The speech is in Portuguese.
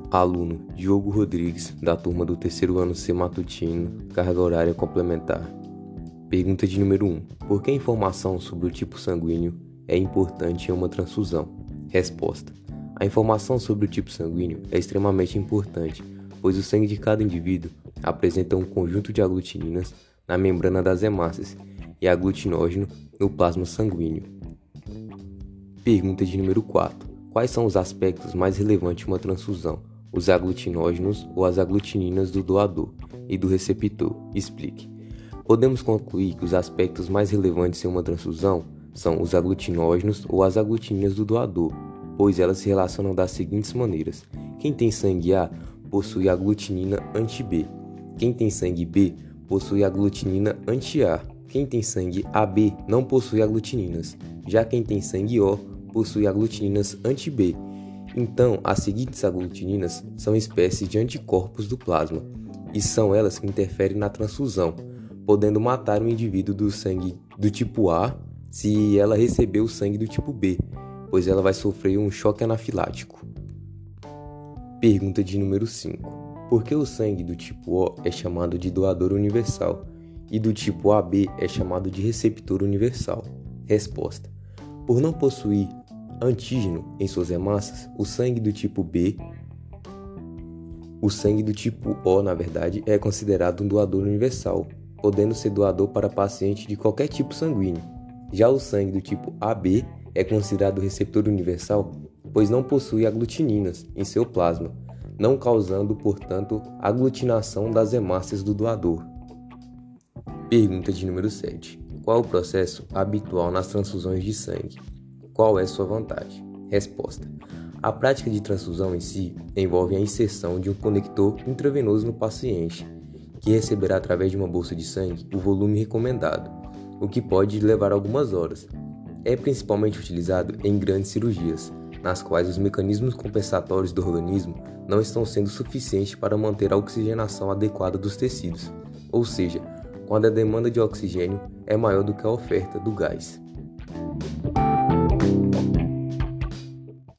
Aluno Diogo Rodrigues, da turma do terceiro ano C matutino, carga horária complementar. Pergunta de número 1. Por que a informação sobre o tipo sanguíneo é importante em uma transfusão? Resposta. A informação sobre o tipo sanguíneo é extremamente importante, pois o sangue de cada indivíduo apresenta um conjunto de aglutininas na membrana das hemácias e aglutinógeno no plasma sanguíneo. Pergunta de número 4. Quais são os aspectos mais relevantes de uma transfusão? Os aglutinógenos ou as aglutininas do doador e do receptor? Explique. Podemos concluir que os aspectos mais relevantes em uma transfusão são os aglutinógenos ou as aglutininas do doador, pois elas se relacionam das seguintes maneiras. Quem tem sangue A possui aglutinina anti-B. Quem tem sangue B possui aglutinina anti-A. Quem tem sangue AB não possui aglutininas. Já quem tem sangue O possui aglutininas anti-B. Então, as seguintes aglutininas são espécies de anticorpos do plasma, e são elas que interferem na transfusão, podendo matar o indivíduo do sangue do tipo A se ela receber o sangue do tipo B, pois ela vai sofrer um choque anafilático. Pergunta de número 5. Por que o sangue do tipo O é chamado de doador universal e do tipo AB é chamado de receptor universal? Resposta. Por não possuir antígeno em suas hemácias, o sangue do tipo O, é considerado um doador universal, podendo ser doador para paciente de qualquer tipo sanguíneo. Já o sangue do tipo AB é considerado receptor universal, pois não possui aglutininas em seu plasma, não causando, portanto, aglutinação das hemácias do doador. Pergunta de número 7. Qual é o processo habitual nas transfusões de sangue? Qual é sua vantagem? Resposta. A prática de transfusão em si envolve a inserção de um conector intravenoso no paciente, que receberá através de uma bolsa de sangue o volume recomendado, o que pode levar algumas horas. É principalmente utilizado em grandes cirurgias, nas quais os mecanismos compensatórios do organismo não estão sendo suficientes para manter a oxigenação adequada dos tecidos, ou seja, quando a demanda de oxigênio é maior do que a oferta do gás.